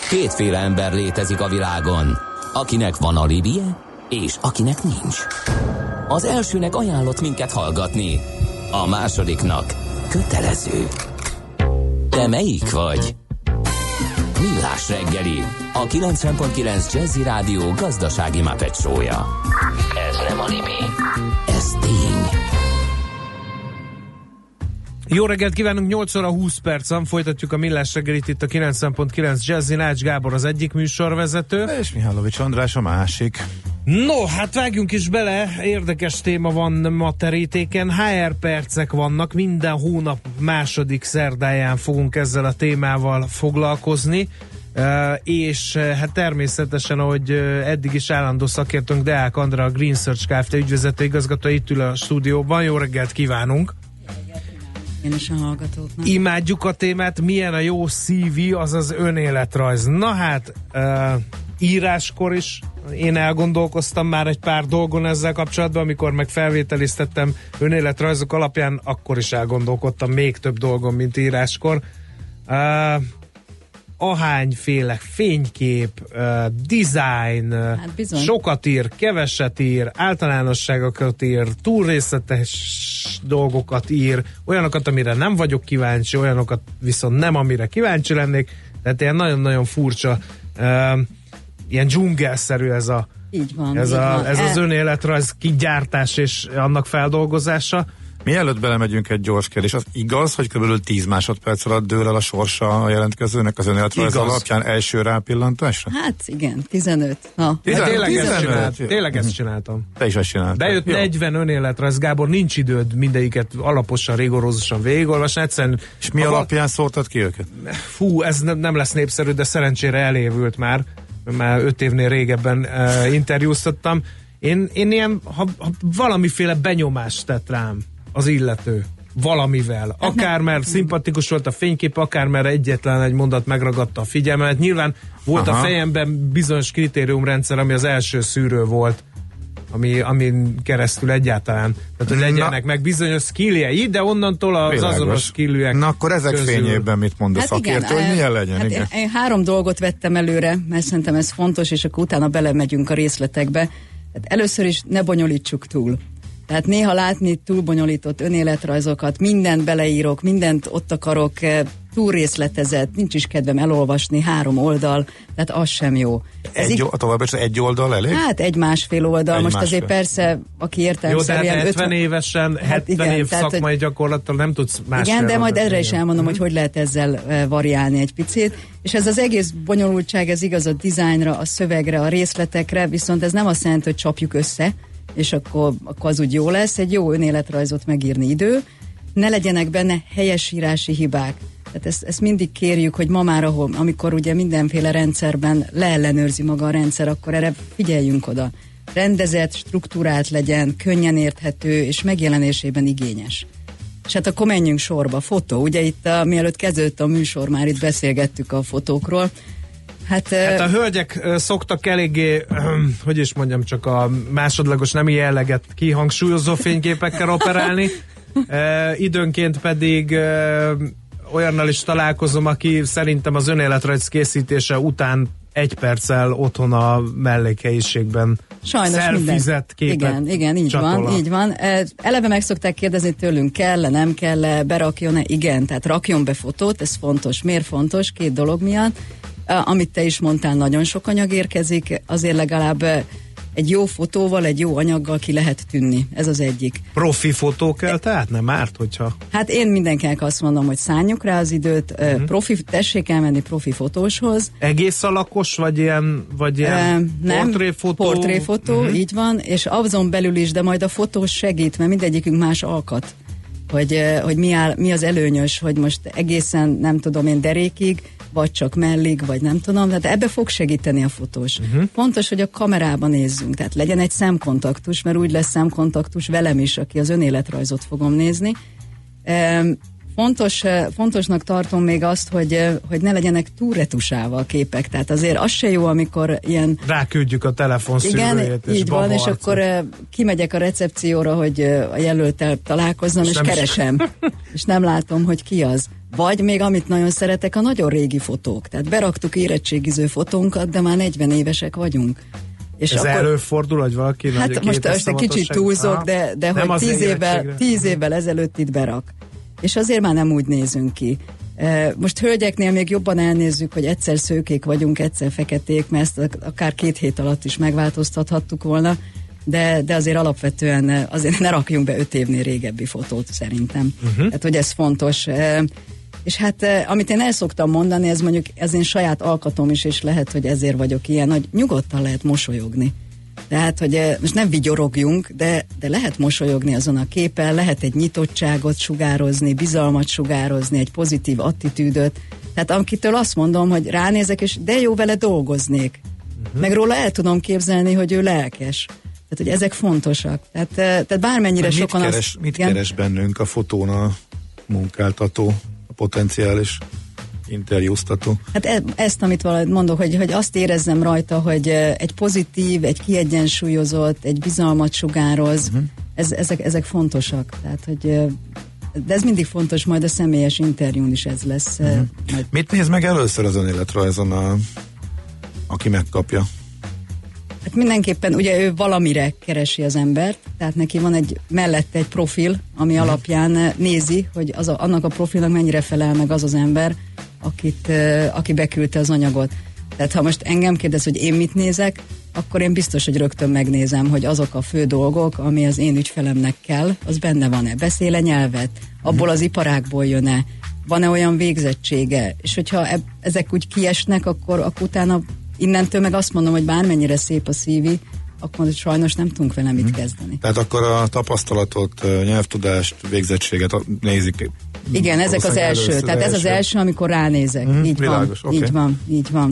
Kétféle ember létezik a világon, akinek van alibije, és akinek nincs. Az elsőnek ajánlott minket hallgatni, a másodiknak kötelező. Te melyik vagy? Millás reggeli, a 90.9 Jazzy Rádió gazdasági Muppet show-ja. Ez nem anime, ez tény. Jó reggelt kívánunk, 8 óra 20 percen folytatjuk a Millás reggelit itt a 90.9 Jazzy. Nács Gábor az egyik műsorvezető. És Mihálovics András a másik. No, hát vágjunk is bele, érdekes téma van ma terítéken, HR percek vannak, minden hónap második szerdáján fogunk ezzel a témával foglalkozni, és hát természetesen, ahogy eddig is állandó szakértőnk Deák Andrea, a Green Search Kft. Ügyvezető igazgató itt ül a stúdióban. Jó reggelt kívánunk! Én is a hallgatóknak. Imádjuk a témát, milyen a jó CV, azaz önéletrajz. Na hát, íráskor is én elgondolkoztam már egy pár dolgon ezzel kapcsolatban, amikor meg felvételiztettem önéletrajzok alapján, akkor is elgondolkodtam még több dolgon, mint íráskor. Ahányféle fénykép, design, hát sokat ír, keveset ír, általánosságokat ír, túl részletes dolgokat ír, olyanokat, amire nem vagyok kíváncsi, olyanokat viszont nem, amire kíváncsi lennék, tehát ilyen nagyon-nagyon furcsa, ilyen dzsungelszerű ez a így van, ez, így van. Ez az önéletrajz kigyártás és annak feldolgozása. Mielőtt belemegyünk egy gyors kérdés, az igaz, hogy kb. 10 másodperc alatt dől el a sorsa a jelentkezőnek az önéletrajz alapján első rápillantásra? Hát igen, 15. Na. Tényleg ezt csináltam. Te is ezt csináltad. Bejött 40 önéletrajz, Gábor, nincs időd mindegyiket alaposan, rigorózusan végigolvasni. Egyszerűen, és mi alapján szórtad ki őket? Fú, ez nem lesz népszerű, de szerencsére elévült már 5 évnél régebben interjúztattam. Én ilyen, ha valamiféle benyomást tett rám az illető valamivel, akár mert szimpatikus volt a fénykép, akár mert egyetlen egy mondat megragadta a figyelmet. Nyilván volt a fejemben bizonyos kritériumrendszer, ami az első szűrő volt, amin keresztül egyáltalán. Tehát, hogy legyenek meg bizonyos skilljei, de onnantól az azonos skillűek. Na akkor ezek közül fényében mit mond a szakértő, hogy milyen legyen? Hát igen. Én 3 dolgot vettem előre, mert szerintem ez fontos, és akkor utána belemegyünk a részletekbe. Hát először is ne bonyolítsuk túl. Tehát néha látni túlbonyolított önéletrajzokat, mindent beleírok, mindent ott akarok, túl részletezett, nincs is kedvem elolvasni, 3 oldal, tehát az sem jó. Tovább is egy oldal elég? Hát 1,5 oldal, most azért persze, aki értelmszerűen... Jó, de 70 évesen, 70 év szakmai gyakorlattal nem tudsz másfél. Igen, de majd erre is elmondom, hogy lehet ezzel variálni egy picit, és ez az egész bonyolultság, ez igaz a dizájnra, a szövegre, a részletekre, viszont ez nem azt jelenti, hogy csapjuk össze, és akkor az úgy jó lesz, egy jó önéletrajzot megírni idő, ne legyenek benne helyesírási hibák. Tehát ezt mindig kérjük, hogy ma már, amikor ugye mindenféle rendszerben leellenőrzi maga a rendszer, akkor erre figyeljünk oda. Rendezett, struktúrált legyen, könnyen érthető, és megjelenésében igényes. És hát akkor menjünk sorba. Fotó, ugye itt mielőtt kezdődött a műsor, már itt beszélgettük a fotókról. Hát a hölgyek szoktak eléggé, hogy is mondjam, csak a másodlagos nemi jelleget kihangsúlyozó fényképekkel operálni. Időnként pedig olyannal is találkozom, aki szerintem az önéletrajz készítése után 1 perccel otthon a mellékhelyiségben szelfizett képet. Igen, így van. Eleve meg szokták kérdezni tőlünk, kell-e, nem kell-e, berakjon-e? Igen, tehát rakjon be fotót, ez fontos. Miért fontos? 2 dolog miatt. Amit te is mondtál, nagyon sok anyag érkezik, azért legalább egy jó fotóval, egy jó anyaggal ki lehet tűnni. Ez az egyik. Profi fotó kell, tehát nem árt, hogyha... Hát én mindenkinek azt mondom, hogy szálljuk rá az időt, tessék elmenni profi fotóshoz. Egész alakos, vagy ilyen portréfotó? Portréfotó, így van, és azon belül is, de majd a fotós segít, mert mindegyikünk más alkat. Hogy mi az előnyös, hogy most egészen, nem tudom én, derékig, vagy csak mellig, vagy nem tudom, tehát ebbe fog segíteni a fotós. Fontos, hogy a kamerában nézzünk, tehát legyen egy szemkontaktus, mert úgy lesz szemkontaktus velem is, aki az önéletrajzot fogom nézni. Fontosnak tartom még azt, hogy ne legyenek túl retusálva a képek, tehát azért az se jó, amikor ilyen... Ráküldjük a telefonszűrőjét. Igen, így van, és akkor kimegyek a recepcióra, hogy a jelölttel találkozzam, és keresem, és nem látom, hogy ki az. Vagy még amit nagyon szeretek, a nagyon régi fotók. Tehát beraktuk érettségiző fotónkat, de már 40 évesek vagyunk. És ez akkor, előfordul, hogy valaki... Hát most egy kicsit túlzok, de hogy 10 évvel ezelőtt itt berak. És azért már nem úgy nézünk ki. Most hölgyeknél még jobban elnézzük, hogy egyszer szőkék vagyunk, egyszer feketék, mert ezt akár 2 hét alatt is megváltoztathattuk volna, de azért alapvetően azért ne rakjunk be 5 évnél régebbi fotót szerintem. Tehát, hogy ez fontos. És hát, amit én el szoktam mondani, ez mondjuk ez én saját alkatom is, és lehet, hogy ezért vagyok ilyen, hogy nyugodtan lehet mosolyogni. Tehát, hogy most nem vigyorogjunk, de lehet mosolyogni azon a képen, lehet egy nyitottságot sugározni, bizalmat sugározni, egy pozitív attitűdöt. Tehát akitől azt mondom, hogy ránézek, és de jó vele dolgoznék. Meg róla el tudom képzelni, hogy ő lelkes. Tehát, hogy ezek fontosak. Tehát bármennyire sokan mit keres bennünk a fotón a munkáltató, a potenciális interjúztató? Hát ezt, amit valahogy mondok, hogy azt érezzem rajta, hogy egy pozitív, egy kiegyensúlyozott, egy bizalmat sugároz, ezek fontosak. Tehát, hogy de ez mindig fontos, majd a személyes interjún is ez lesz. Majd. Mit néz meg először az önéletrajzon, aki megkapja? Hát mindenképpen ugye ő valamire keresi az embert, tehát neki van mellette egy profil, ami alapján nézi, hogy annak a profilnak mennyire felel meg az ember, aki beküldte az anyagot. Tehát ha most engem kérdez, hogy én mit nézek, akkor én biztos, hogy rögtön megnézem, hogy azok a fő dolgok, ami az én ügyfelemnek kell, az benne van-e, beszél-e nyelvet, abból az iparágból jön-e, van-e olyan végzettsége, és hogyha ezek úgy kiesnek, akkor utána innentől meg azt mondom, hogy bármennyire szép a CV, akkor sajnos nem tudunk vele mit kezdeni. Tehát akkor a tapasztalatot, nyelvtudást, végzettséget nézik. Igen, ezek az első. Tehát ez az első, amikor ránézek. Így világos, van, okay. Így van.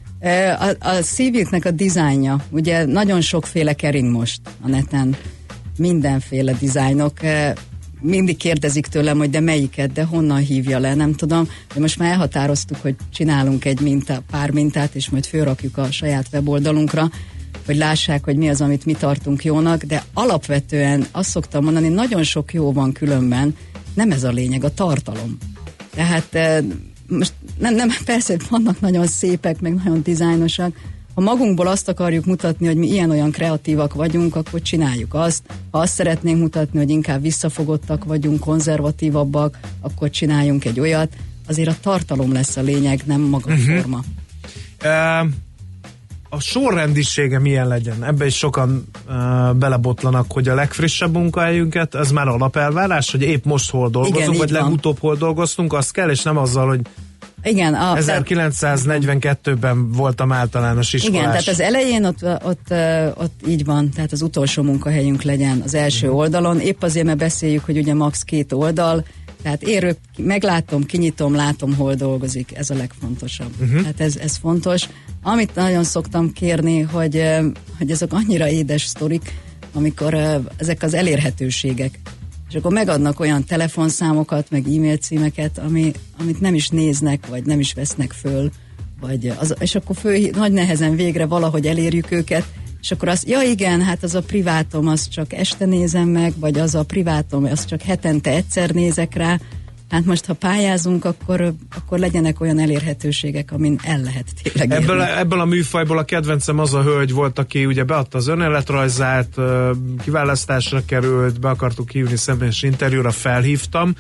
A CV-knek a dizájnja, ugye nagyon sokféle kering most a neten, mindenféle dizájnok. Mindig kérdezik tőlem, hogy de melyiket, de honnan hívja le, nem tudom. De most már elhatároztuk, hogy csinálunk egy pár mintát, és majd fölrakjuk a saját weboldalunkra, hogy lássák, hogy mi az, amit mi tartunk jónak, de alapvetően azt szoktam mondani, nagyon sok jó van különben, nem ez a lényeg, a tartalom. Tehát most nem persze vannak nagyon szépek, meg nagyon dizájnosak. Ha magunkból azt akarjuk mutatni, hogy mi ilyen-olyan kreatívak vagyunk, akkor csináljuk azt. Ha azt szeretnénk mutatni, hogy inkább visszafogottak vagyunk, konzervatívabbak, akkor csináljunk egy olyat. Azért a tartalom lesz a lényeg, nem maga a forma. A sorrendisége milyen legyen? Ebbe is sokan belebotlanak, hogy a legfrissebb munkahelyünket, ez már alapelvárás, hogy épp most hol dolgozunk, igen, vagy legutóbb hol dolgoztunk, az kell, és nem azzal, hogy igen, 1942-ben voltam általános iskolás. Igen, tehát az elején ott így van, tehát az utolsó munkahelyünk legyen az első oldalon, épp azért, mert beszéljük, hogy ugye max 2 oldal, tehát én meglátom, kinyitom, látom, hol dolgozik, ez a legfontosabb. Tehát ez fontos. Amit nagyon szoktam kérni, hogy ezek annyira édes sztorik, amikor ezek az elérhetőségek, és akkor megadnak olyan telefonszámokat, meg e-mail címeket, amit nem is néznek, vagy nem is vesznek föl, és akkor nagy nehezen végre valahogy elérjük őket, és akkor azt, ja igen, hát az a privátom, az csak este nézem meg, vagy az a privátom, az csak hetente egyszer nézek rá. Hát most, ha pályázunk, akkor legyenek olyan elérhetőségek, amin el lehet tényleg érni. Ebből a műfajból a kedvencem az a hölgy volt, aki ugye beadta az önéletrajzát, kiválasztásra került, be akartuk hívni személyes interjúra, felhívtam,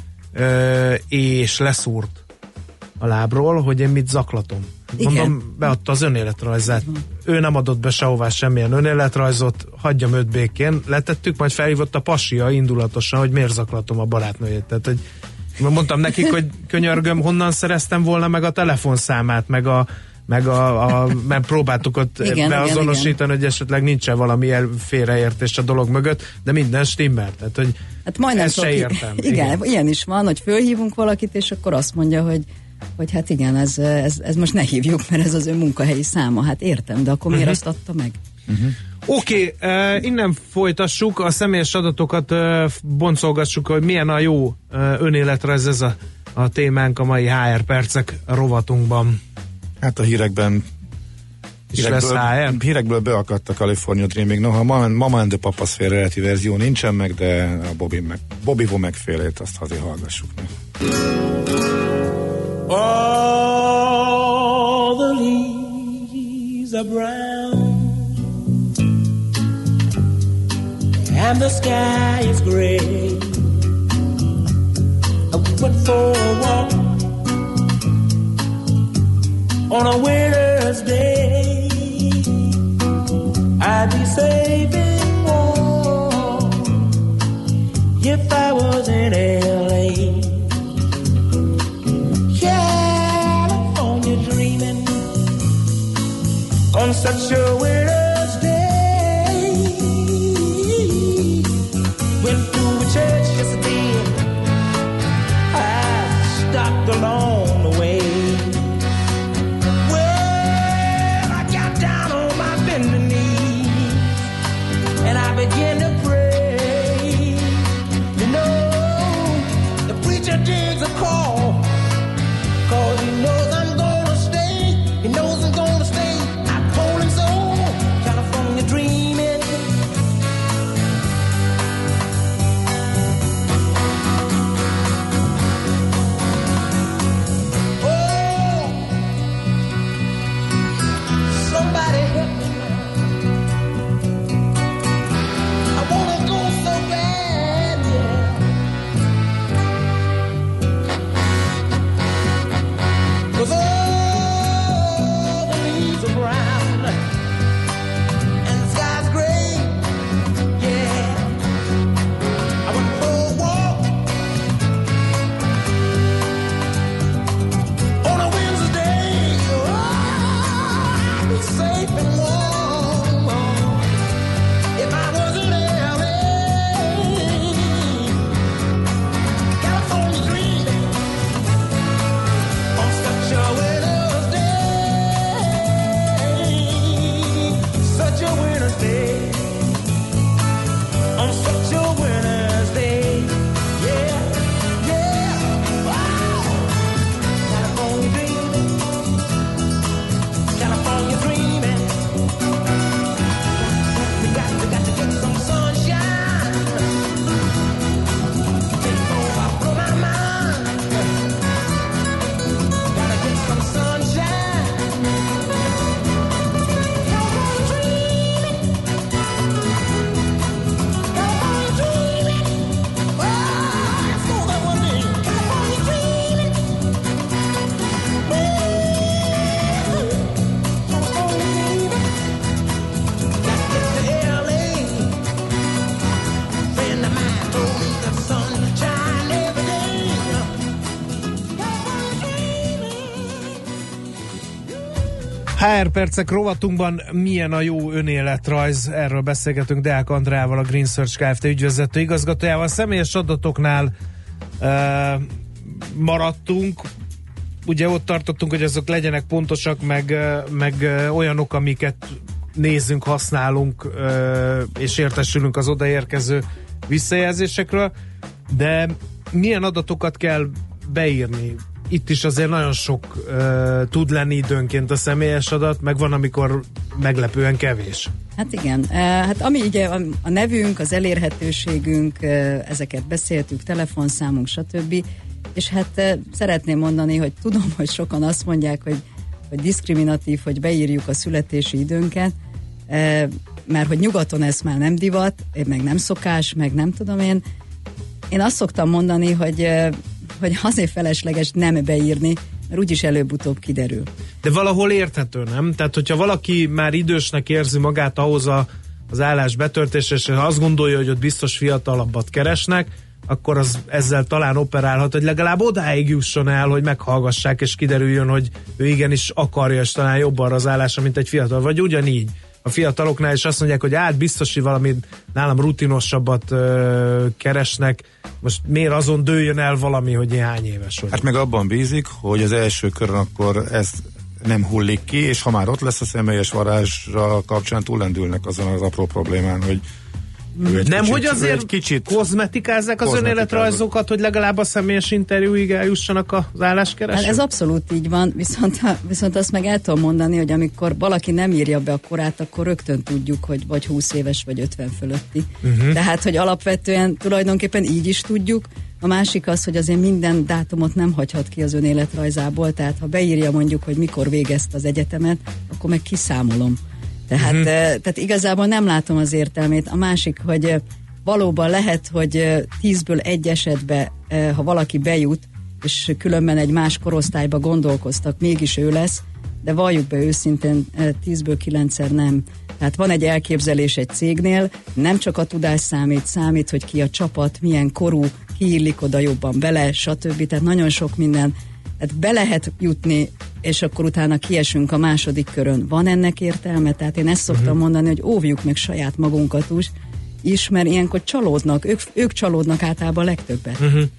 és leszúrt a lábról, hogy én mit zaklatom. Mondom, beadta az önéletrajzát. Ő nem adott be sehová semmilyen önéletrajzot, hagyjam őt békén. Letettük, majd felhívott a pasia indulatosan, hogy miért zaklatom a barátnőjét. Tehát, hogy mondtam nekik, hogy könyörgöm, honnan szereztem volna meg a telefonszámát, mert próbáltuk ott beazonosítani, hogy esetleg nincsen valami félreértés a dolog mögött, de minden stimmel. Tehát, hogy hát majdnem ezt se értem. Igen, ilyen is van, hogy fölhívunk valakit, és akkor azt mondja, hogy hát igen, ez most ne hívjuk, mert ez az ő munkahelyi száma. Hát értem, de akkor miért azt adta meg? Oké, innen folytassuk, a személyes adatokat boncolgassuk, hogy milyen a jó önéletrajz, ez a témánk a mai HR percek rovatunkban. Hát a hírekből beakadt a California Dreaming. Noha Mama and the Papa eredeti verzió nincsen meg, de a Bobby Vomeg félét azt azért hallgassuk meg. All the leaves are brown and the sky is gray. I went for a walk on a winter's day. I'd be safe and warm if I was in LA. California dreaming on such a winter's day. Went to a church yesterday. I stopped along the way. Well, I got down on my bending knees and I began to pray. You know, the preacher digs a call, 'cause he knows I'm gonna stay. He knows I'm gonna stay. I told him so. California dreaming. Oh, somebody help me. I wanna go so bad, yeah. 'Cause all the leaves are brown and the sky's gray, yeah. I went for a walk on a Wednesday. Oh, I'd be safe and warm if I was in LA. California dreaming on such a winter's day. Such a winter's day. On such a winter's day. Yeah, yeah. Wow. California dreaming. California dreaming. We got to get some sunshine before I blow my mind. Gotta get some sunshine. California dreaming. California dreaming. Oh, let's go that one day. California dreaming. California dreaming. Got to get to LA. Friend of mine told me the sun shine every day. California dreaming. HR percek rovatunkban milyen a jó önéletrajz, erről beszélgetünk Deák Andrával, a Green Search Kft. Ügyvezető igazgatójával. Személyes adatoknál maradtunk, ugye ott tartottunk, hogy azok legyenek pontosak, meg olyanok, amiket nézzünk, használunk, és értesülünk az odaérkező visszajelzésekről, de milyen adatokat kell beírni? Itt is azért nagyon sok tud lenni időnként a személyes adat, meg van, amikor meglepően kevés. Hát igen, hát ami ugye a nevünk, az elérhetőségünk, ezeket beszéltük, telefonszámunk, stb. És hát szeretném mondani, hogy tudom, hogy sokan azt mondják, hogy diszkriminatív, hogy beírjuk a születési időnket, mert hogy nyugaton ez már nem divat, meg nem szokás, meg nem tudom én. Én azt szoktam mondani, hogy azért felesleges nem beírni, mert úgyis előbb-utóbb kiderül. De valahol érthető, nem? Tehát, hogyha valaki már idősnek érzi magát ahhoz az állás betöltésre, és azt gondolja, hogy ott biztos fiatalabbat keresnek, akkor az ezzel talán operálhat, hogy legalább odáig jusson el, hogy meghallgassák, és kiderüljön, hogy ő igenis akarja, és talán jobb arra az állása, mint egy fiatal. Vagy ugyanígy a fiataloknál is azt mondják, hogy biztos, hogy valami nálam rutinosabbat keresnek, most miért azon dőljön el valami, hogy én hány éves vagyok. Hát meg abban bízik, hogy az első körön akkor ez nem hullik ki, és ha már ott lesz a személyes varázsra kapcsán, túllendülnek azon az apró problémán, hogy Nem, hogy azért kicsit kozmetikázzák az önéletrajzokat, hogy legalább a személyes interjúig eljussanak az álláskeresők? Hát ez abszolút így van, viszont azt meg el tudom mondani, hogy amikor valaki nem írja be a korát, akkor rögtön tudjuk, hogy vagy 20 éves, vagy 50 fölötti. Tehát, hogy alapvetően tulajdonképpen így is tudjuk. A másik az, hogy azért minden dátumot nem hagyhat ki az önéletrajzából, tehát ha beírja mondjuk, hogy mikor végezte az egyetemet, akkor meg kiszámolom. Tehát igazából nem látom az értelmét. A másik, hogy valóban lehet, hogy 10-ből 1 esetben, ha valaki bejut, és különben egy más korosztályba gondolkoztak, mégis ő lesz, de valljuk be őszintén, 10-ből 9-szer nem. Tehát van egy elképzelés egy cégnél, nem csak a tudás számít, hogy ki a csapat, milyen korú, ki illik oda jobban bele, stb. Tehát nagyon sok minden. Tehát be lehet jutni, és akkor utána kiesünk a második körön. Van ennek értelme? Tehát én ezt szoktam mondani, hogy óvjuk meg saját magunkat is, mert ilyenkor csalódnak, ők csalódnak általában legtöbbet.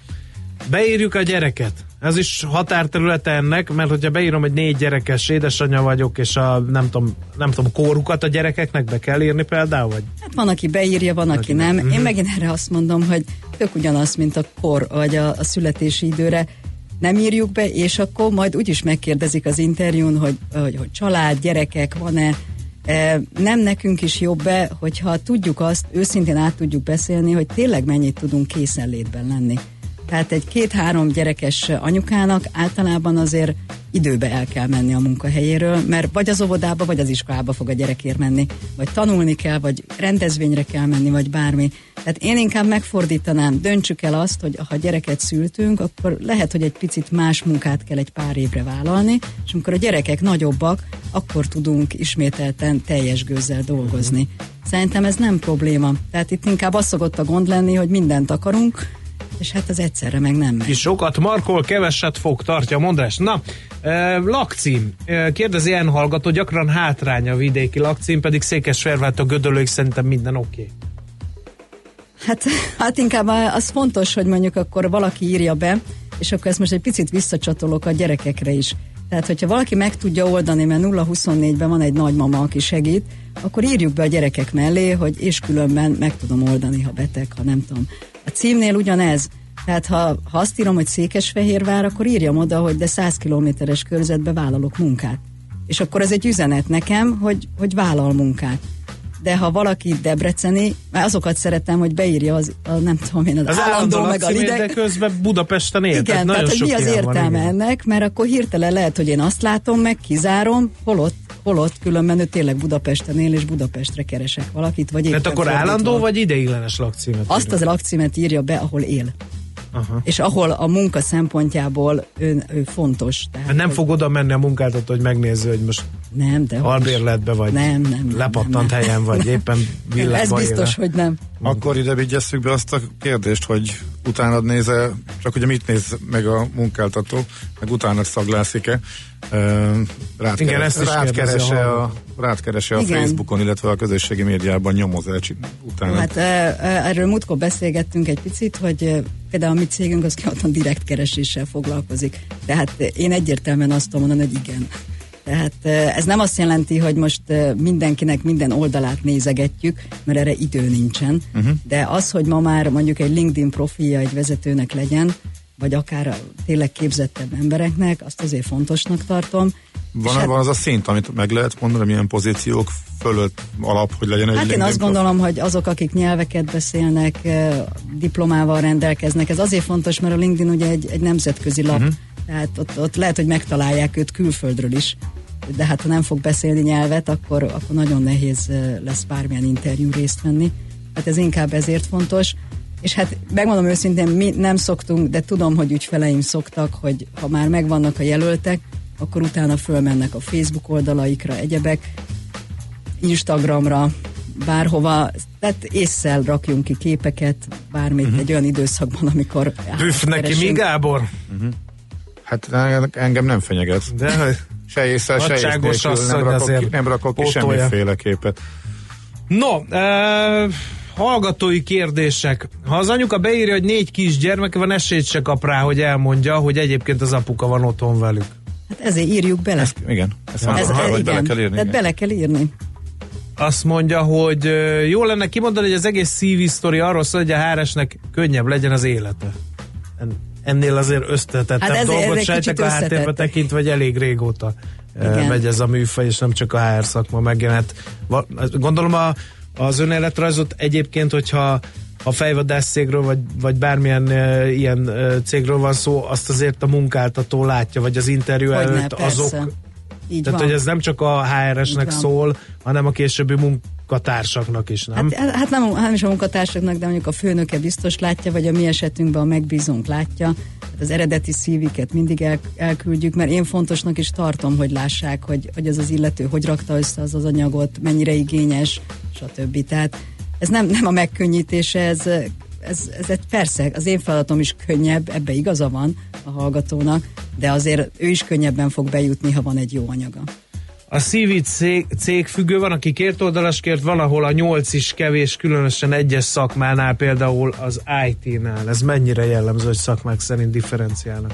Beírjuk a gyereket. Ez is határterülete ennek, mert hogyha beírom, hogy 4 gyerekes édesanyja vagyok, és a nem tudom, kórukat a gyerekeknek be kell írni például? Vagy? Hát van, aki beírja, van, aki nem. Én megint erre azt mondom, hogy tök ugyanaz, mint a kor, vagy a születési időre. Nem írjuk be, és akkor majd úgyis megkérdezik az interjún, hogy család, gyerekek van-e. Nem nekünk is jobb be, hogyha tudjuk azt, őszintén át tudjuk beszélni, hogy tényleg mennyit tudunk készenlétben lenni. Tehát egy 2-3 gyerekes anyukának általában azért időbe el kell menni a munkahelyéről, mert vagy az óvodába, vagy az iskolába fog a gyerekért menni, vagy tanulni kell, vagy rendezvényre kell menni, vagy bármi. Tehát én inkább megfordítanám, döntsük el azt, hogy ha gyereket szültünk, akkor lehet, hogy egy picit más munkát kell egy pár évre vállalni, és amikor a gyerekek nagyobbak, akkor tudunk ismételten teljes gőzzel dolgozni. Szerintem ez nem probléma. Tehát itt inkább az szokott a gond lenni, hogy mindent akarunk, és hát az egyszerre meg nem megy. Ki sokat markol, keveset fog, tartja a mondás. Na, lakcím. Kérdezi N hallgató, gyakran hátrány a vidéki lakcím, pedig Székesfehérvárt a Gödöllőig szerintem minden oké. Hát inkább az fontos, hogy mondjuk akkor valaki írja be, és akkor ezt most egy picit visszacsatolok a gyerekekre is. Tehát, hogyha valaki meg tudja oldani, mert 0-24-ben van egy nagymama, aki segít, akkor írjuk be a gyerekek mellé, hogy és különben meg tudom oldani, ha beteg, ha nem tudom. A címnél ugyanez. Tehát ha azt írom, hogy Székesfehérvár, akkor írjam oda, hogy de 100 kilométeres körzetbe vállalok munkát. És akkor ez egy üzenet nekem, hogy vállal munkát. De ha valaki debreceni, mert azokat szeretem, hogy beírja az nem tudom én, az állandó meg a lideg. De közben Budapesten él. Igen, tehát hogy mi az értelme ennek, mert akkor hirtelen lehet, hogy én azt látom meg, kizárom, holott különben ő tényleg Budapesten él, és Budapestre keresek valakit, vagy éppen tehát akkor állandó vagy ideiglenes lakcímet? Azt az lakcímet írja be, ahol él. Aha. És ahol a munka szempontjából ő fontos. Tehát, nem fog oda menni a munkáltató, hogy megnézze, hogy most albérletbe vagy, lepattant helyen vagy, éppen villában. Ez biztos, hogy nem. Akkor ide vigyesszük be azt a kérdést, hogy utána néz-e, csak ugye mit néz meg a munkáltató, meg utána szaglászik-e, rátkeresse a Facebookon, illetve a közösségi médiában nyomozás utána. Hát erről múltkor beszélgettünk egy picit, hogy például a mi cégünk az kiadtan direkt kereséssel foglalkozik. Tehát én egyértelműen azt tudom mondani, hogy igen. Tehát ez nem azt jelenti, hogy most mindenkinek minden oldalát nézegetjük, mert erre idő nincsen, de az, hogy ma már mondjuk egy LinkedIn profilja egy vezetőnek legyen, vagy akár tényleg képzettebb embereknek, azt azért fontosnak tartom. Van az a szint, amit meg lehet mondani, milyen pozíciók fölött alap, hogy legyen egy LinkedIn én azt gondolom, hogy azok, akik nyelveket beszélnek, diplomával rendelkeznek, ez azért fontos, mert a LinkedIn ugye egy nemzetközi lap, tehát ott lehet, hogy megtalálják őt külföldről is, de hát ha nem fog beszélni nyelvet, akkor nagyon nehéz lesz bármilyen interjú részt venni. Hát ez inkább ezért fontos. És hát megmondom őszintén, mi nem szoktunk, de tudom, hogy ügyfeleim szoktak, hogy ha már megvannak a jelöltek, akkor utána fölmennek a Facebook oldalaikra, egyebek, Instagramra, bárhova, tehát ésszel rakjunk ki képeket, bármit egy olyan időszakban, amikor... Püff neki mi, Gábor? Hát engem nem fenyeget. De se észre, se észre, nem rakok ki semmiféle képet. No, hallgatói kérdések. Ha az anyuka beírja, hogy 4 kisgyermeke van, esélyt se kap rá, hogy elmondja, hogy egyébként az apuka van otthon velük. Hát ezért írjuk bele. Bele kell írni. Tehát bele kell írni. azt mondja, hogy jó lenne kimondani, hogy az egész CV sztori arról szól, hogy a HR-esnek könnyebb legyen az élete. Ennél azért összetettebb dolgot sejtek a háttérbe tekintve, vagy elég régóta megy ez a műfaj, és nem csak a HR szakma megjelent. Gondolom az önéletrajzot egyébként, hogyha a fejvadász cégről, vagy bármilyen ilyen cégről van szó, azt azért a munkáltató látja, vagy az interjú előtt azok. Így tehát, van. Hogy ez nem csak a HR-esnek szól, hanem a későbbi munkatársaknak is, nem? Hát nem is a munkatársaknak, de mondjuk a főnöke biztos látja, vagy a mi esetünkben a megbízónk látja. Hát az eredeti CV-ket mindig elküldjük, mert én fontosnak is tartom, hogy lássák, hogy az illető hogy rakta össze az anyagot, mennyire igényes, stb. Tehát ez nem a megkönnyítése, ez persze, az én feladatom is könnyebb, ebbe igaza van a hallgatónak, de azért ő is könnyebben fog bejutni, ha van egy jó anyaga. A CV cég függő, van, aki 2 oldalas kért, van, ahol a 8 is kevés, különösen egyes szakmánál, például az IT-nál. Ez mennyire jellemző, hogy szakmák szerint differenciálnak?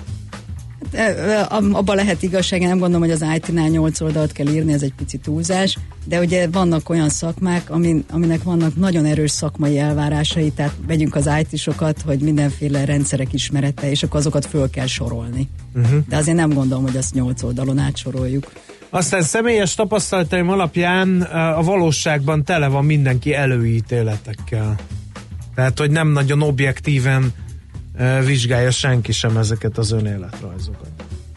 Abban lehet igazság, én nem gondolom, hogy az IT-nál 8 oldalt kell írni, ez egy pici túlzás, de ugye vannak olyan szakmák, aminek vannak nagyon erős szakmai elvárásai, tehát vegyünk az IT-sokat, hogy mindenféle rendszerek ismerete, és akkor azokat föl kell sorolni. De azért nem gondolom, hogy azt 8 oldalon átsoroljuk. Aztán személyes tapasztalataim alapján a valóságban tele van mindenki előítéletekkel. Tehát, hogy nem nagyon objektíven vizsgálja senki sem ezeket az önéletrajzokat.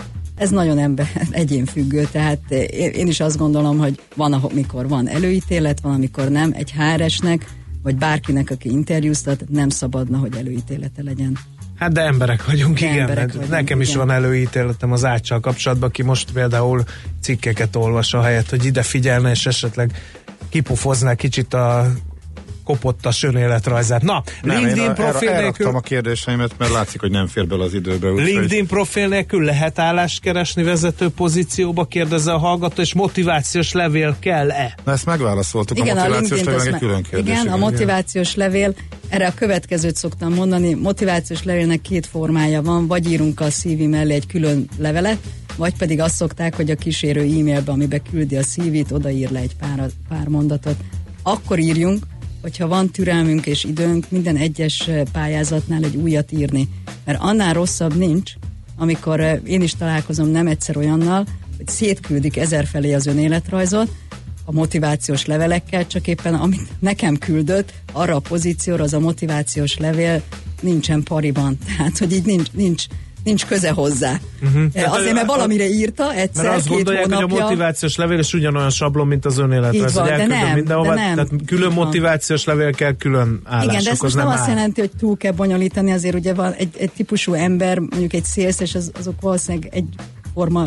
Ez nagyon egyénfüggő, tehát én is azt gondolom, hogy van, amikor van előítélet, van, amikor nem. Egy HR-esnek, vagy bárkinek, aki interjúztat, nem szabadna, hogy előítélete legyen. Hát de emberek vagyunk, igen. Nekem is van előítéletem az Áccsal kapcsolatban, aki most például cikkeket olvas a helyet, hogy ide figyelne, és esetleg kipufozná kicsit a kopottas önéletrajzát. Na, nem, LinkedIn profil nélkül... Elraktam a kérdéseimet, mert látszik, hogy nem fér bele az időbe. LinkedIn profil nélkül lehet állást keresni vezető pozícióba, kérdezze a hallgató, és motivációs levél kell-e? Na, ezt megválaszoltuk, igen, a motivációs levél egy külön kérdés. Igen, a motivációs levél, erre a következőt szoktam mondani, motivációs levélnek 2 formája van, vagy írunk a CV mellé egy külön levelet, vagy pedig azt szokták, hogy a kísérő e-mailbe, amibe küldi a CV-t, odaír le egy pár mondatot. Akkor írjunk, hogyha van türelmünk és időnk minden egyes pályázatnál egy újat írni. Mert annál rosszabb nincs, amikor én is találkozom nem egyszer olyannal, hogy szétküldik 1000 felé az önéletrajzot, a motivációs levelekkel, csak éppen amit nekem küldött, arra a pozícióra az a motivációs levél nincsen pariban. Tehát, hogy így nincs köze hozzá. Azért, mert valamire írta egyszer, mert azt 2 gondolják, hónapja. Hogy a motivációs levél is ugyanolyan sablon, mint az önéletrajz. Van, de nem. Tehát külön motivációs levél kell külön állásokhoz. Igen, de ezt most nem azt jelenti, hogy túl kell bonyolítani, azért ugye van egy típusú ember, mondjuk egy sales, és azok valószínűleg egyforma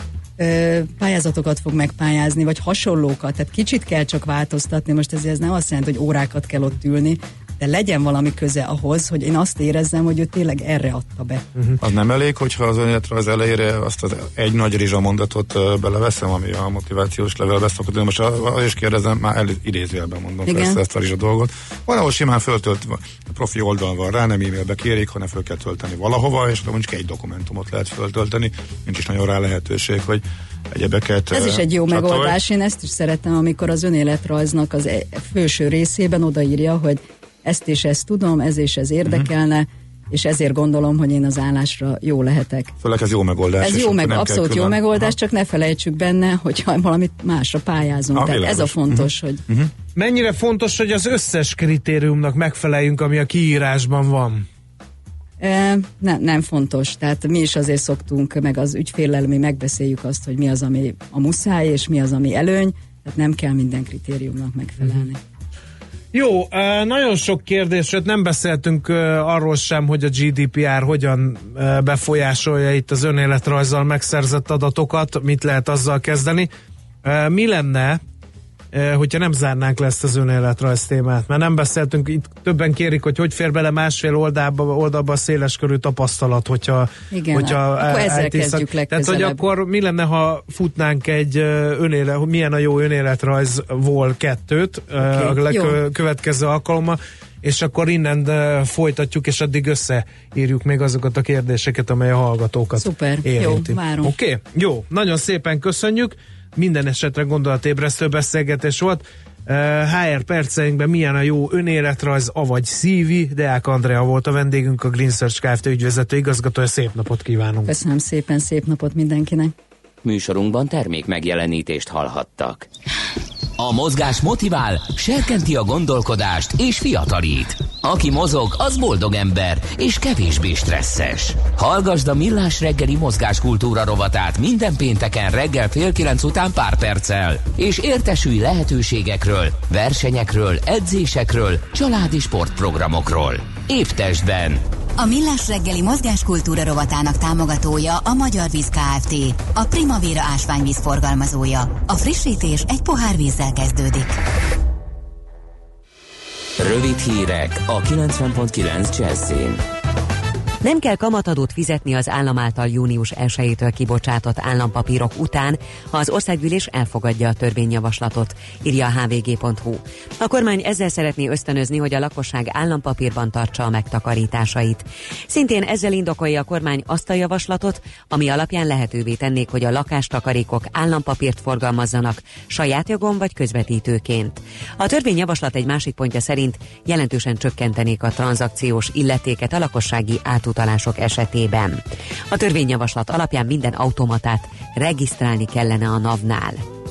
pályázatokat fog megpályázni, vagy hasonlókat, tehát kicsit kell csak változtatni, most ez nem azt jelenti, hogy órákat kell ott ülni, de legyen valami köze ahhoz, hogy én azt érezzem, hogy ő tényleg erre adta be. Az nem elég, hogyha az önéletrajz elejére azt az egy nagy rizsamondatot beleveszem, ami a motivációs levelbe szokott. Most az is kérdezem, már idézőjelben mondom persze ezt a rizsa dolgot. Van, ahol simán föltölt, a profi oldal van rá, nem e-mailbe kérik, hanem föl kell tölteni valahova, és mondjuk egy dokumentumot lehet föltölteni, nincs is nagyon rá lehetőség, hogy egyebeket. Ez is egy jó megoldás, én ezt is szeretem, amikor az önéletrajznak az felső részében odaírja, hogy ezt és ezt tudom, ez és ez érdekelne, és ezért gondolom, hogy én az állásra jó lehetek. Főleg ez jó megoldás. Ez abszolút jó megoldás, csak ne felejtsük benne, hogyha valamit másra pályázunk. Tehát ez a fontos, hogy... Mennyire fontos, hogy az összes kritériumnak megfeleljünk, ami a kiírásban van? Nem fontos. Tehát mi is azért szoktunk, meg az ügyféllel mi megbeszéljük azt, hogy mi az, ami a muszáj, és mi az, ami előny. Tehát nem kell minden kritériumnak megfelelni. Jó, nagyon sok kérdés, nem beszéltünk arról sem, hogy a GDPR hogyan befolyásolja itt az önéletrajzzal megszerzett adatokat, mit lehet azzal kezdeni. Mi lenne, hogyha nem zárnánk le ezt az önéletrajz témát, mert nem beszéltünk, itt többen kérik, hogy fér bele másfél oldalba a széleskörű tapasztalat, hogyha akkor ezzel kezdjük legközelebb. Tehát, hogy akkor mi lenne, ha futnánk egy milyen a jó önéletrajzból 2-t a következő alkalommal, és akkor innen folytatjuk, és addig összeírjuk még azokat a kérdéseket, amely a hallgatókat Szuper, érinti. Jó, várom. Oké? Jó, nagyon szépen köszönjük. minden esetre gondolatébresztő beszélgetés volt. HR perceinkben milyen a jó önéletrajz, avagy szívi. Deák Andrea volt a vendégünk, a Green Search Kft. Ügyvezető igazgatója. Szép napot kívánunk! Köszönöm szépen, szép napot mindenkinek! Műsorunkban termék megjelenítést hallhattak. A mozgás motivál, serkenti a gondolkodást és fiatalít. Aki mozog, az boldog ember és kevésbé stresszes. Hallgasd a Millás reggeli mozgáskultúra rovatát minden pénteken reggel 8:30 után pár perccel, és értesülj lehetőségekről, versenyekről, edzésekről, családi sportprogramokról. Épp testben. A Millás reggeli mozgáskultúra rovatának támogatója a Magyar Víz Kft. A Primavera ásványvíz forgalmazója. A frissítés egy pohár vízzel kezdődik. Rövid hírek a 90.9 Jazzin. Nem kell kamatadót fizetni az állam által június 1-től kibocsátott állampapírok után, ha az országgyűlés elfogadja a törvényjavaslatot, írja a hvg.hu. A kormány ezzel szeretné ösztönözni, hogy a lakosság állampapírban tartsa a megtakarításait. Szintén ezzel indokolja a kormány azt a javaslatot, ami alapján lehetővé tennék, hogy a lakástakarékok állampapírt forgalmazzanak saját jogon vagy közvetítőként. A törvényjavaslat egy másik pontja szerint jelentősen csökkentenék a tranzakciós illetéket a lakossági átutalások esetében. A törvényjavaslat alapján minden automatát regisztrálni kellene a NAV-nál.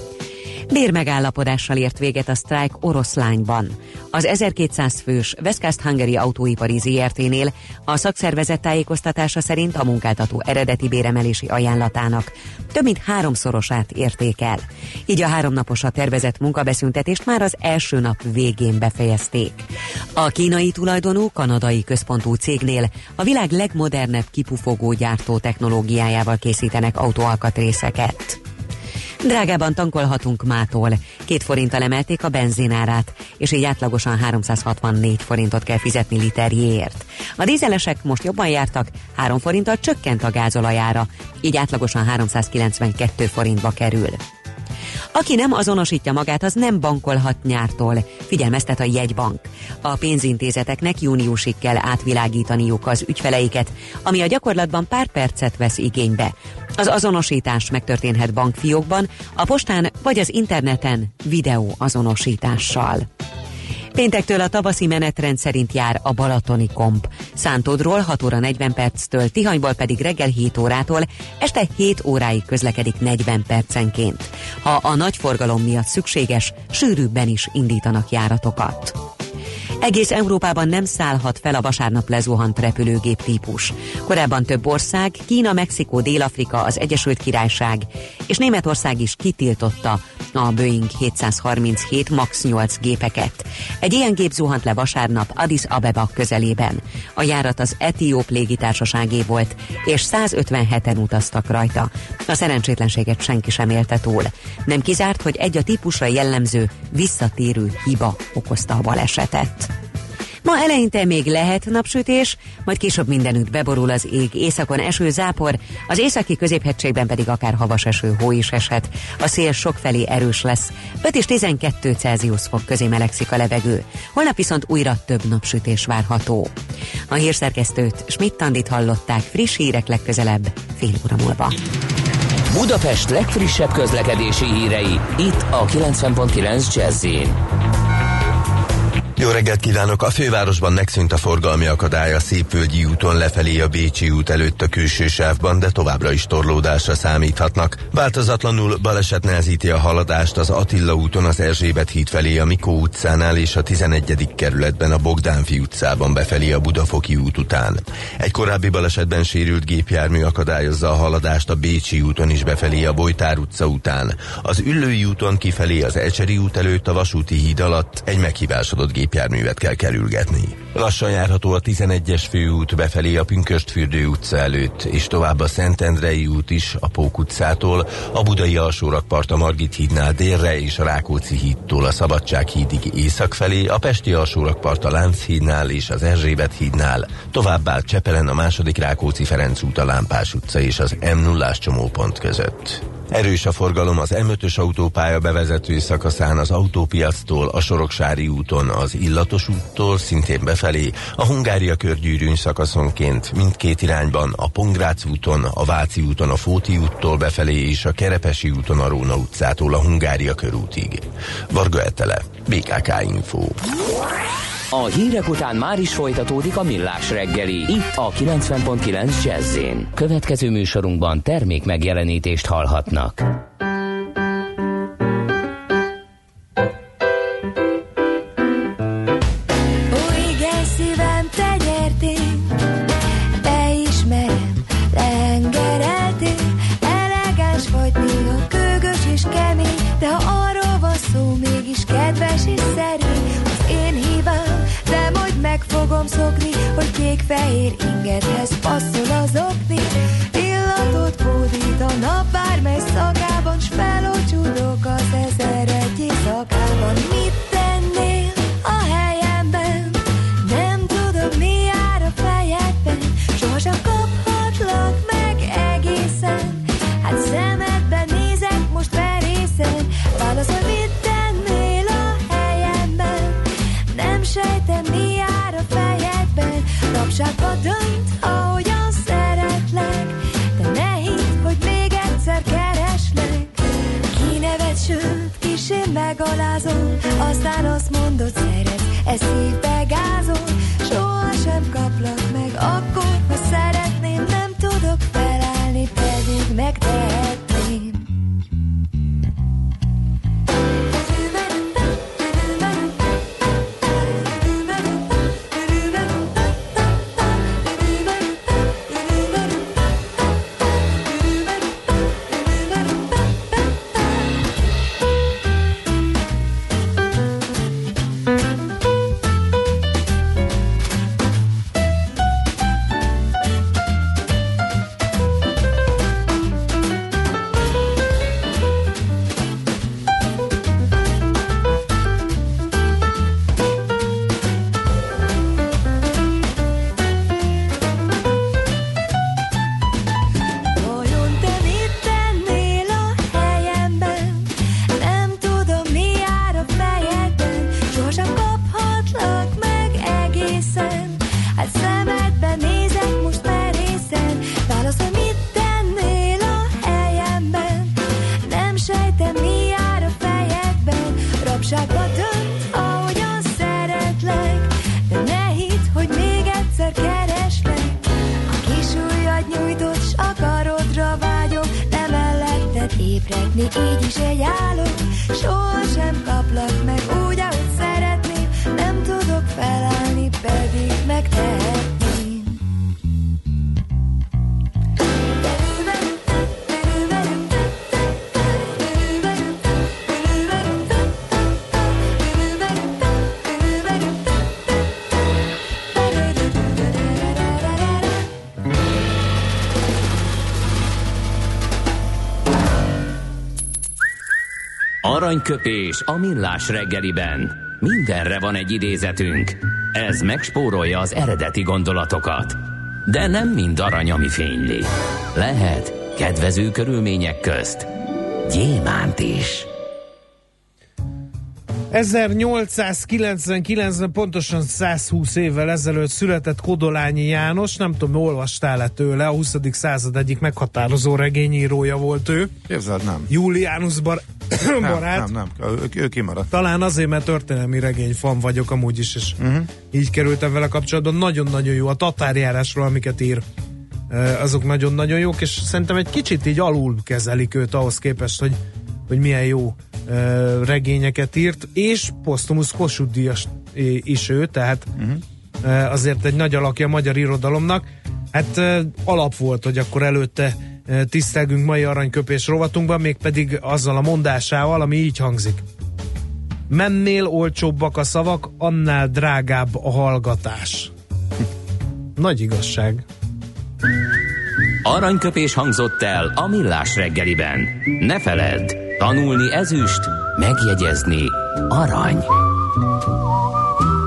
Bérmegállapodással ért véget a sztrájk Oroszlányban. Az 1200 fős Westcast Hungary autóipari ZRT-nél a szakszervezet tájékoztatása szerint a munkáltató eredeti béremelési ajánlatának több mint 3-szorosát érték el. Így a 3 naposra tervezett munkabeszüntetést már az első nap végén befejezték. A kínai tulajdonú, kanadai központú cégnél a világ legmodernebb kipufogó gyártó technológiájával készítenek autóalkatrészeket. Drágában tankolhatunk mától. 2 forinttal emelték a benzinárát, és így átlagosan 364 forintot kell fizetni literjéért. A dízelesek most jobban jártak, 3 forinttal csökkent a gázolajára, így átlagosan 392 forintba kerül. Aki nem azonosítja magát, az nem bankolhat nyártól, figyelmeztet a jegybank. A pénzintézeteknek júniusig kell átvilágítaniuk az ügyfeleiket, ami a gyakorlatban pár percet vesz igénybe. Az azonosítás megtörténhet bankfiókban, a postán vagy az interneten videó azonosítással. Péntektől a tavaszi menetrend szerint jár a balatoni komp. Szántódról 6 óra 40 perctől, Tihanyból pedig reggel 7 órától, este 7 óráig közlekedik 40 percenként. Ha a nagy forgalom miatt szükséges, sűrűbben is indítanak járatokat. Egész Európában nem szállhat fel a vasárnap lezuhant repülőgép típus. Korábban több ország, Kína, Mexikó, Dél-Afrika, az Egyesült Királyság és Németország is kitiltotta a Boeing 737 MAX 8 gépeket. Egy ilyen gép zuhant le vasárnap Addis Abeba közelében. A járat az Etióp légitársaságé volt, és 157-en utaztak rajta. A szerencsétlenséget senki sem élte túl. Nem kizárt, hogy egy a típusra jellemző, visszatérő hiba okozta a balesetet. Ma eleinte még lehet napsütés, majd később mindenütt beborul az ég, északon eső, zápor, az északi középhegységben pedig akár havas eső, hó is eshet. A szél sokfelé erős lesz, 5 és 12 Celsius fok közé melegszik a levegő. Holnap viszont újra több napsütés várható. A hírszerkesztőt, Schmidt-Tandit hallották, friss hírek legközelebb, fél óra múlva. Budapest legfrissebb közlekedési hírei, itt a 90.9 Jazz-in. Jó reggelt kívánok! A fővárosban megszűnt a forgalmi akadály a Szépvölgyi úton lefelé a Bécsi út előtt a külső sávban, de továbbra is torlódásra számíthatnak. Változatlanul baleset nehezíti a haladást az Attila úton az Erzsébet híd felé a Mikó utcánál és a 11. kerületben a Bogdánfi utcában befelé a Budafoki út után. Egy korábbi balesetben sérült gépjármű akadályozza a haladást a Bécsi úton is befelé a Bojtár utca után. Az Üllői úton kifelé az Ecseri út előtt a Vasúti híd alatt egy meghibásodott gépjárművet kell kerülgetni. Lassan járható a 11-es főút befelé a Pünkösdfürdő utca előtt, és tovább a Szentendrei út is a Pók utcától, a Budai alsórakpart a Margit hídnál délre és a Rákóczi hídtól a Szabadság hídig észak felé, a Pesti alsórakpart a Lánchídnál és az Erzsébet hídnál, továbbá Csepelen a II. Rákóczi Ferenc út, a Lámpás utca és az M0-ás csomópont között. Erős a forgalom az M5-ös autópálya bevezető szakaszán az Autópiactól, a Soroksári úton, az Illatos úttól, szintén befelé, a Hungária körgyűrűn szakaszonként mindkét irányban, a Pongrác úton, a Váci úton, a Fóti úttól befelé és a Kerepesi úton a Róna utcától a Hungária körútig. Varga Etele, BKK Info. A hírek után már is folytatódik a Millás reggeli, itt a 90.9 Jazz-én. Következő műsorunkban termék megjelenítést hallhatnak. Fogom szokni, hogy kék-fehér ingedhez passzol az okni. Illatot hódít a nap bármely szakában, s felócsúdok az 1001 éjszakában. Mit tennél a helyemben? Nem tudok, mi jár a fejedben. Sohasem kaphatlak meg egészen. Hát szemedben nézek most merészen. Válaszol, mit tennél a helyemben? Nem sejtem, mi jár a fejedben. Napságba dönt, ahogyan szeretlek. De ne hidd, hogy még egyszer kereslek. Kinevet, sőt, kissé megalázol. Aztán azt mondod, szeretsz, ez szívbe gázol. Sohasem kaplak meg akkor, ha szeretném. Nem tudok felállni, pedig megtehetném. Ébredni, így is egy álom. Sohasem kaplak meg úgy, ahogy szeretném. Nem tudok felállni, pedig megtehetném. Aranyköpés a Millás reggeliben. Mindenre van egy idézetünk. Ez megspórolja az eredeti gondolatokat. De nem mind arany, ami fényli. Lehet kedvező körülmények közt gyémánt is. 1899-ben, pontosan 120 évvel ezelőtt született Kodolányi János, nem tudom, olvastál-e tőle, a 20. század egyik meghatározó regényírója volt ő. Képzeld, nem. Julianus barát. Nem, ő kimaradt. Talán azért, mert történelmi regényfan vagyok amúgy is, és így kerültem vele kapcsolatban. Nagyon-nagyon jó a tatárjárásról, amiket ír. Azok nagyon-nagyon jók, és szerintem egy kicsit így alul kezelik őt ahhoz képest, hogy milyen jó regényeket írt, és posztumusz Kossuth-díjas is ő, tehát azért egy nagy alakja a magyar irodalomnak. Hát alap volt, hogy akkor előtte tisztelgünk mai aranyköpés rovatunkban, mégpedig azzal a mondásával, ami így hangzik. Mennél olcsóbbak a szavak, annál drágább a hallgatás. Nagy igazság. Aranyköpés hangzott el a Millás reggeliben. Ne feledd, tanulni ezüst, megjegyezni arany.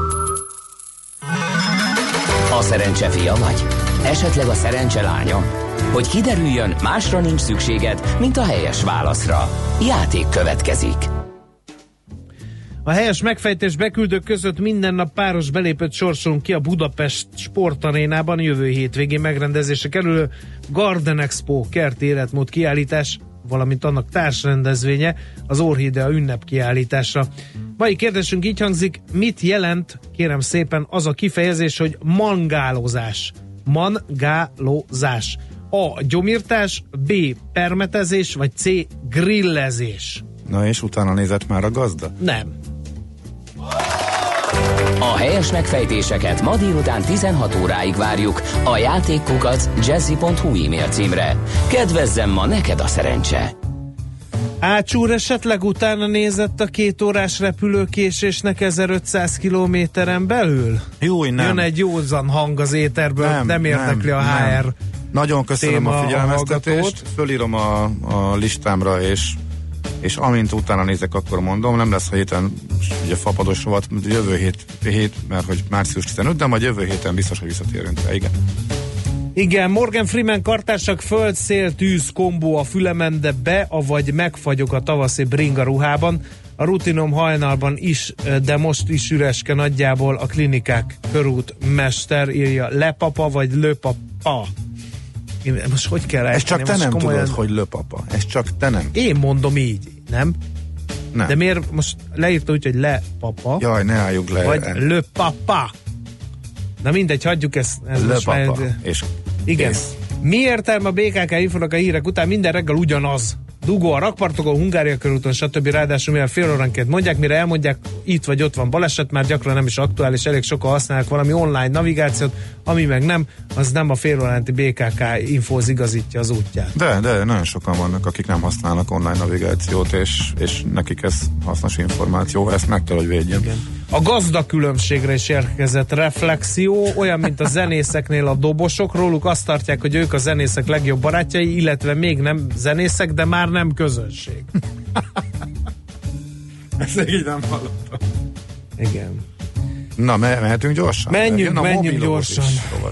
A szerencse fia vagy? Esetleg a szerencse lánya? Hogy kiderüljön, másra nincs szükséged, mint a helyes válaszra. Játék következik. A helyes megfejtés beküldők között minden nap páros belépőt sorsolunk ki a Budapest Sportarénában jövő hétvégén megrendezésre kerülő Garden Expo kerti életmód kiállítás, valamint annak társrendezvénye, az Orchidea ünnep kiállítása. Mai kérdésünk így hangzik: mit jelent, kérem szépen, az a kifejezés, hogy mangálozás? Mangálozás. A. Gyomírtás, B. permetezés, vagy C. grillezés? Na és utána nézett már a gazda? Nem. A helyes megfejtéseket ma délután 16 óráig várjuk a játékkukac jazzy.hu e-mail címre. Kedvezzem ma neked a szerencse! Ácsúr esetleg utána nézett a 2 órás repülőkésésnek 1500 kilométeren belül? Jó, nem. Jön egy józan hang az éterből, nem érdekli a HR. Nagyon köszönöm a figyelmeztetést, fölírom a listámra, és amint utána nézek, akkor mondom, nem lesz a héten ugye fapados rovat, jövő hét, mert hogy március 15, de majd jövő héten biztos, hogy visszatérünk rá, igen. Igen, Morgan Freeman kartársak föld, szél, tűz kombó a fülemen, de avagy megfagyok a tavaszi bringa ruhában. A rutinom hajnalban is, de most is üreske nagyjából a klinikák körút mester, írja Lepapa vagy Löpapa. Most hogy kell ezt csak te nem komolyan... tudod, hogy Löpapa. Ezt csak te nem. Én mondom így, nem? Nem. De miért most leírta úgy, hogy Lepapa? Jaj, ne álljunk le. Vagy Löpapa. Na mindegy, hagyjuk ezt. Löpapa. És igen. Kész. Mi értelme a BKK infónak a hírek után? Minden reggel ugyanaz. Dugó a rakpartokon, Hungária körúton, stb. Ráadásul mivel fél óránként mondják, mire elmondják, itt vagy ott van baleset, már gyakran nem is aktuális, elég sokan használják valami online navigációt, ami meg nem, az nem a fél óránti BKK infóz igazítja az útját. De nagyon sokan vannak, akik nem használnak online navigációt, és nekik ez hasznos információ, ezt meg kell, hogy védjen. Igen. A gazda különbségre is érkezett reflexió, olyan, mint a zenészeknél a dobosok, róluk azt tartják, hogy ők a zenészek legjobb barátjai, illetve még nem zenészek, de már nem közönség. Ezt így nem hallottam. Igen. Na, mehetünk gyorsan? Menjünk gyorsan.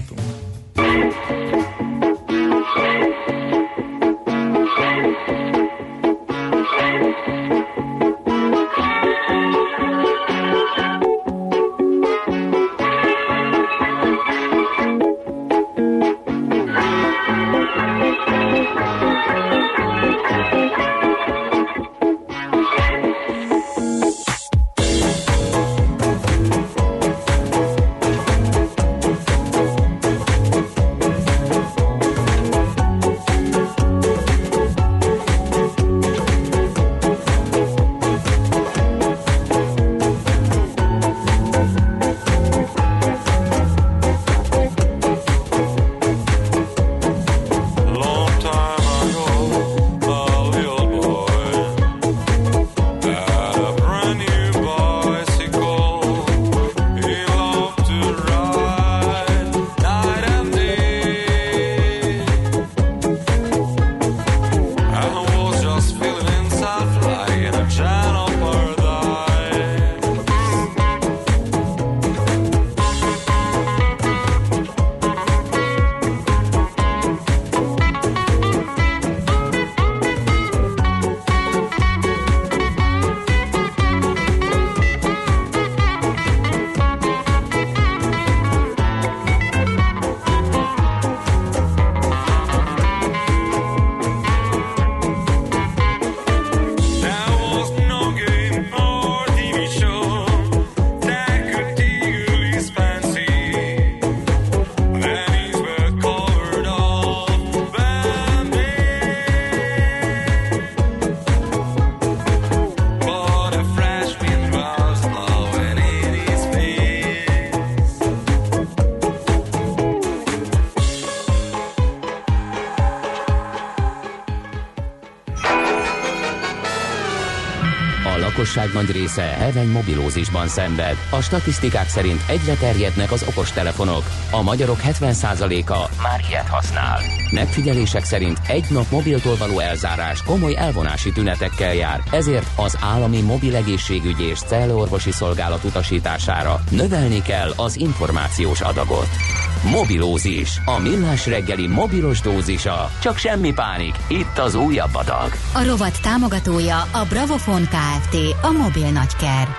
lakosság nagy része heveny mobilózisban szenved. A statisztikák szerint egyre terjednek az okostelefonok. A magyarok 70%-a már ilyet használ. Megfigyelések szerint egy nap mobiltól való elzárás komoly elvonási tünetekkel jár, ezért az állami mobil egészségügyi és cellorvosi szolgálat utasítására növelni kell az információs adagot. Mobilózis. A millás reggeli mobilos dózisa. Csak semmi pánik. Itt az újabb adag. A rovat támogatója a Bravofon Kft. A mobil nagyker.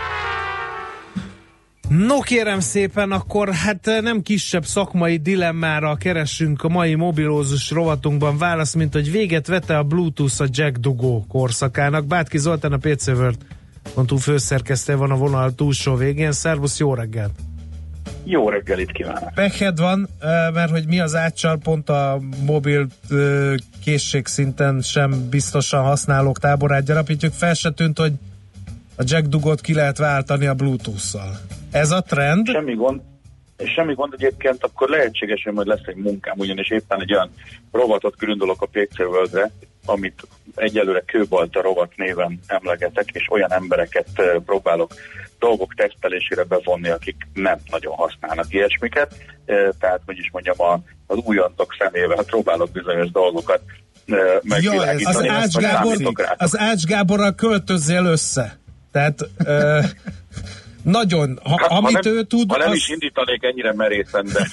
No kérem szépen, akkor hát nem kisebb szakmai dilemmára keressünk a mai mobilózus rovatunkban válasz, mint hogy véget vette a Bluetooth a Jack dugó korszakának. Bátki Zoltán, a PCworld.hu főszerkesztője van a vonal túlsó végén. Szervusz, jó reggelt! Jó reggelit kívánok! Pekhed van, mert hogy mi az áccsal pont a mobil készségszinten sem biztosan használók táborát gyarapítjuk. Fel se tűnt, hogy a Jack dugót ki lehet váltani a Bluetooth-szal. Ez a trend? Semmi gond egyébként, akkor lehetséges, hogy lesz egy munkám, ugyanis éppen egy olyan rovatot gründolok a PC World-re, amit egyelőre Kőbalta rovat néven emlegetek, és olyan embereket próbálok dolgok tesztelésére bevonni, akik nem nagyon használnak ilyesmiket, tehát, hogy is mondjam, az újontok szemével próbálok bizonyos dolgokat megvilágítani. Az Ács Gáborral költözzél össze. Tehát nagyon, amit ő tud... Ha nem is indítanék ennyire merészen, de...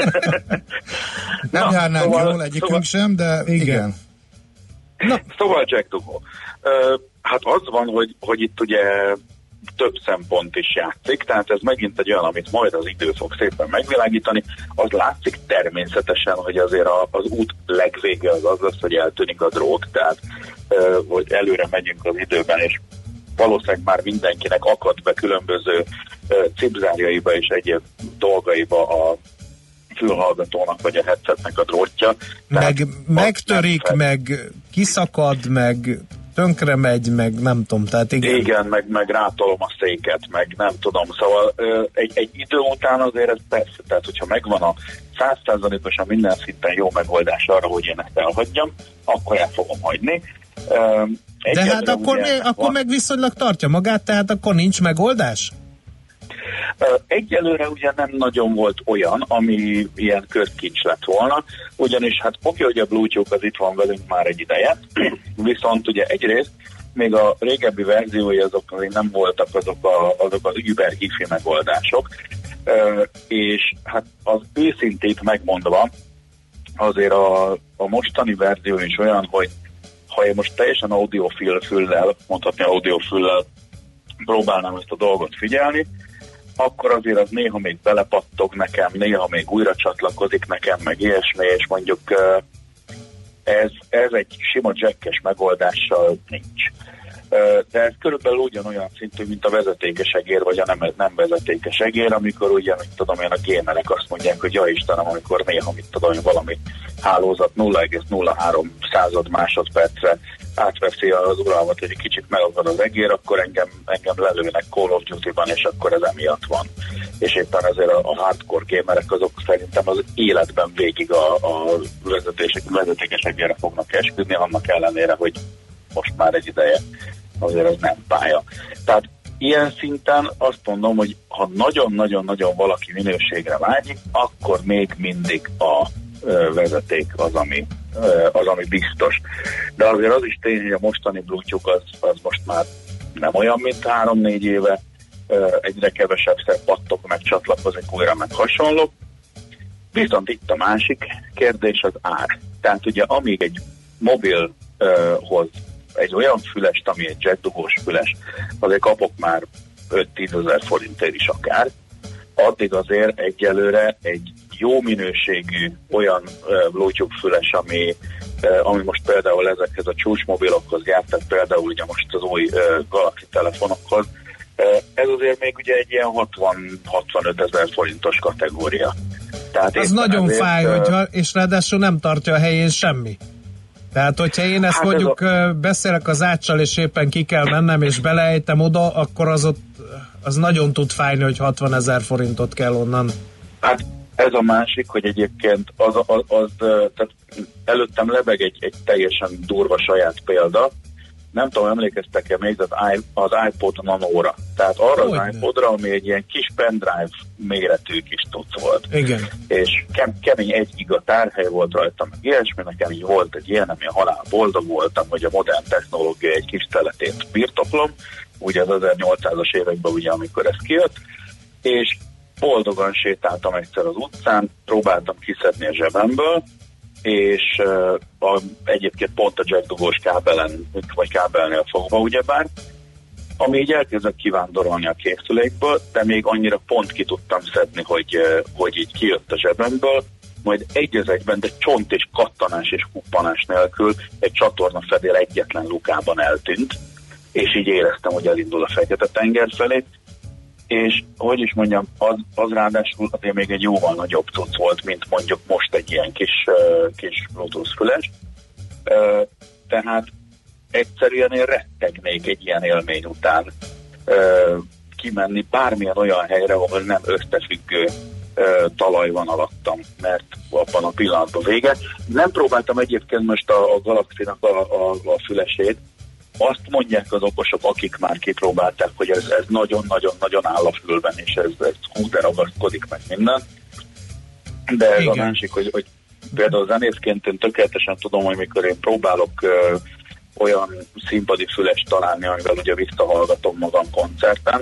Nem járnánk jól egyikünk sem, de igen. Szóval Jack Dugó. Hát az van, hogy itt ugye több szempont is játszik, tehát ez megint egy olyan, amit majd az idő fog szépen megvilágítani. Az látszik természetesen, hogy azért az út legvége az lesz, hogy eltűnik a drót, tehát hogy előre megyünk az időben, és valószínűleg már mindenkinek akad be különböző cipzárjaiba és egyéb dolgaiba a fülhallgatónak vagy a headsetnek a drótja. Megtörik, meg kiszakad, meg tönkre megy, meg nem tudom, tehát igen. Igen, meg rátolom a széket, meg nem tudom, szóval egy idő után azért ez persze, tehát hogyha megvan a 100%-osan minden szinten jó megoldás arra, hogy én ezt elhagyjam, akkor el fogom hagyni. De hát akkor meg viszonylag tartja magát, tehát akkor nincs megoldás? Egyelőre ugye nem nagyon volt olyan, ami ilyen közkincs lett volna, ugyanis hát oké, hogy a Bluetooth az itt van velünk már egy ideje, viszont ugye egyrészt még a régebbi verziói azok nem voltak azok az Uber Hi-Fi megoldások, és hát az őszintét megmondva azért a mostani verzió is olyan, hogy ha én most teljesen audiofüllel, mondhatni audiofüllel próbálnám ezt a dolgot figyelni, akkor azért az néha még belepattog nekem, néha még újra csatlakozik nekem, meg ilyesmi, és mondjuk ez egy sima jackes megoldással nincs. De ez körülbelül ugyanolyan szintű, mint a vezetékes egér, vagy a nem vezetékes egér, amikor ugye, mit tudom én, a gémerek azt mondják, hogy ja Istenem, amikor néha, mit tudom én, valami hálózat 0,03 másodpercre átveszi az uralmat, hogy egy kicsit megakad az egér, akkor engem lelőnek Call of Duty-ban, és akkor ez emiatt van. És éppen ezért a hardcore gamerek azok szerintem az életben végig a vezetékes egérre fognak esküdni, annak ellenére, hogy most már egy ideje azért ez nem pálya. Tehát ilyen szinten azt mondom, hogy ha nagyon-nagyon-nagyon valaki minőségre vágyik, akkor még mindig a vezeték az, ami biztos. De azért az is tény, hogy a mostani Bluetooth az most már nem olyan, mint 3-4 éve, egyre kevesebbszer pattog, meg csatlakozik újra, meg hasonló. Viszont itt a másik kérdés az ár. Tehát ugye amíg egy mobilhoz egy olyan fülest, ami egy jackdugós füles, azért kapok már 5-10 ezer forintért is akár, addig azért egyelőre egy jó minőségű olyan Bluetooth füles, ami most például ezekhez a csúcsmobilokhoz jár, tehát például ugye most az új Galaxy telefonokhoz, ez azért még ugye egy ilyen 60-65 ezer forintos kategória. Tehát az nagyon fáj, és ráadásul nem tartja a helyén semmi. Tehát, hogyha én ezt mondjuk beszélek az Áccsal, és éppen ki kell mennem, és beleejtem oda, akkor az nagyon tud fájni, hogy 60 ezer forintot kell onnan. Hát ez a másik, hogy egyébként tehát előttem lebeg egy teljesen durva saját példa. Nem tudom, emlékeztek-e még az iPod Nano-ra. Tehát arra az iPodra, ami egy ilyen kis pendrive méretű kis tuc volt. Igen. És kemény 1 giga tárhely volt rajta, meg ilyesmi, nekem így volt egy ilyen, ami halál boldog voltam, hogy a modern technológia egy kis teletét birtoklom, ugye az 1800-as években, ugye, amikor ez kijött, és boldogan sétáltam egyszer az utcán, próbáltam kiszedni a zsebemből, és egyébként pont a jackdugós kábelen, vagy kábelnél fogva ugyebár, ami így elkezdett kivándorolni a készülékből, de még annyira pont ki tudtam szedni, hogy így kijött a zsebemből, majd egy az egyben, de csont és kattanás és huppanás nélkül egy csatornafedél egyetlen lukában eltűnt, és így éreztem, hogy elindul a Fekete-tenger felé, és hogy is mondjam, az ráadásul azért még egy jóval nagyobb cucc volt, mint mondjuk most egy ilyen kis Bluetooth füles. Tehát egyszerűen én rettegnék egy ilyen élmény után kimenni bármilyen olyan helyre, ahol nem összefüggő talaj van alattam, mert abban a pillanatban vége. Nem próbáltam egyébként most a Galaxy-nak a fülesét. Azt mondják az okosok, akik már kipróbálták, hogy ez nagyon-nagyon-nagyon áll a fülben, és ez hú, de ragaszkodik meg minden. De ez igen. A másik, hogy például zenészként én tökéletesen tudom, hogy mikor én próbálok olyan színpadi fülest találni, amivel ugye visszahallgatom magam koncerten,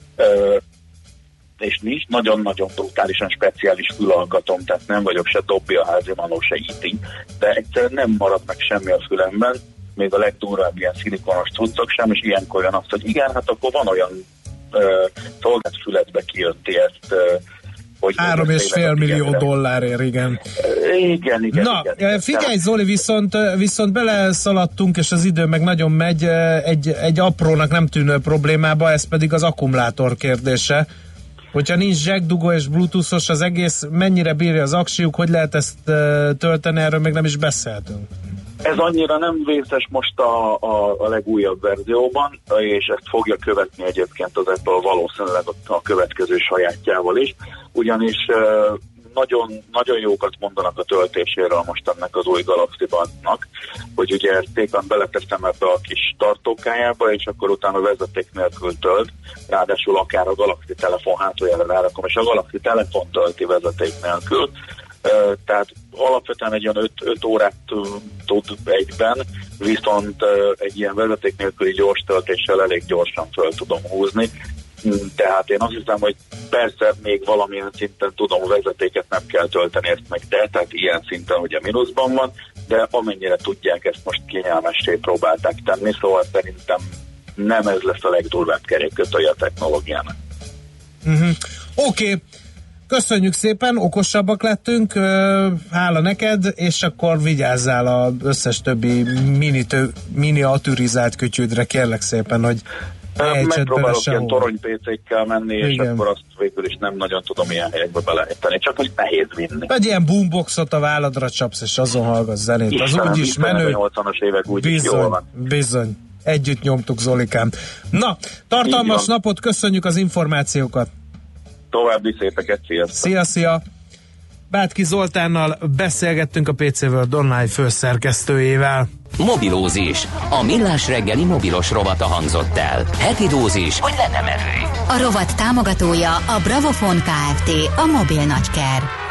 és nincs nagyon-nagyon brutálisan speciális fülalkatom, tehát nem vagyok se Dobby a házi manó, se E.T., de egyszerűen nem marad meg semmi a fülemben, még a legdurvább ilyen szilikonos cuccok sem, és ilyenkor jön azt, hogy igen, hát akkor van olyan szolgált fületbe kijönti ezt, hogy 3,5 millió dollárért, igen. Igen. Na, igen. Figyelj Zoli, viszont beleszaladtunk, és az idő meg nagyon megy egy aprónak nem tűnő problémába, ez pedig az akkumulátor kérdése. Hogyha nincs jackdugó és bluetoothos az egész, mennyire bírja az aksiuk, hogy lehet ezt tölteni, erről még nem is beszéltünk. Ez annyira nem vészes most a legújabb verzióban, és ezt fogja követni egyébként az Apple valószínűleg a következő sajátjával is, ugyanis nagyon, nagyon jókat mondanak a töltéséről most ennek az új Galaxy Buds-nak, hogy ugye szépen beleteszem ebbe a kis tartókájába, és akkor utána vezeték nélkül tölt, ráadásul akár a Galaxy telefon hátuljára rárakom, és a Galaxy telefon tölti vezeték nélkül, tehát alapvetően egy olyan 5 órát tud egyben, viszont egy ilyen vezeték nélküli gyors töltéssel elég gyorsan föl tudom húzni, tehát én azt hiszem, hogy persze még valamilyen szinten tudom, a vezetéket nem kell tölteni ezt meg, tehát ilyen szinten ugye mínuszban van, de amennyire tudják, ezt most kényelmessé próbálták tenni, szóval szerintem nem ez lesz a legdurvább kerékkötője a technológiának. Oké. Köszönjük szépen, okosabbak lettünk, hála neked, és akkor vigyázzál az összes többi miniaturizált kütyüdre, kérlek szépen, hogy megpróbálok ilyen torony PC-kkel menni, igen. És akkor azt végül is nem nagyon tudom ilyen helyekbe beleállítani, csak hogy nehéz vinni. Egy ilyen boomboxot a válladra csapsz, és azon hallgatsz zenét. Istenem, az úgyis menő. 80-as évek úgyis jól van. Bizony. Együtt nyomtuk, Zolikám. Na, tartalmas napot, köszönjük az információkat. További szépeket, sziasztok! Szia! Bátki Zoltánnal beszélgettünk, a PC World Online főszerkesztőjével. Mobilózis. A millás reggeli mobilos rovata hangzott el. Heti dózis, hogy lenne merő. A rovat támogatója a Bravofon Kft. A mobil nagyker.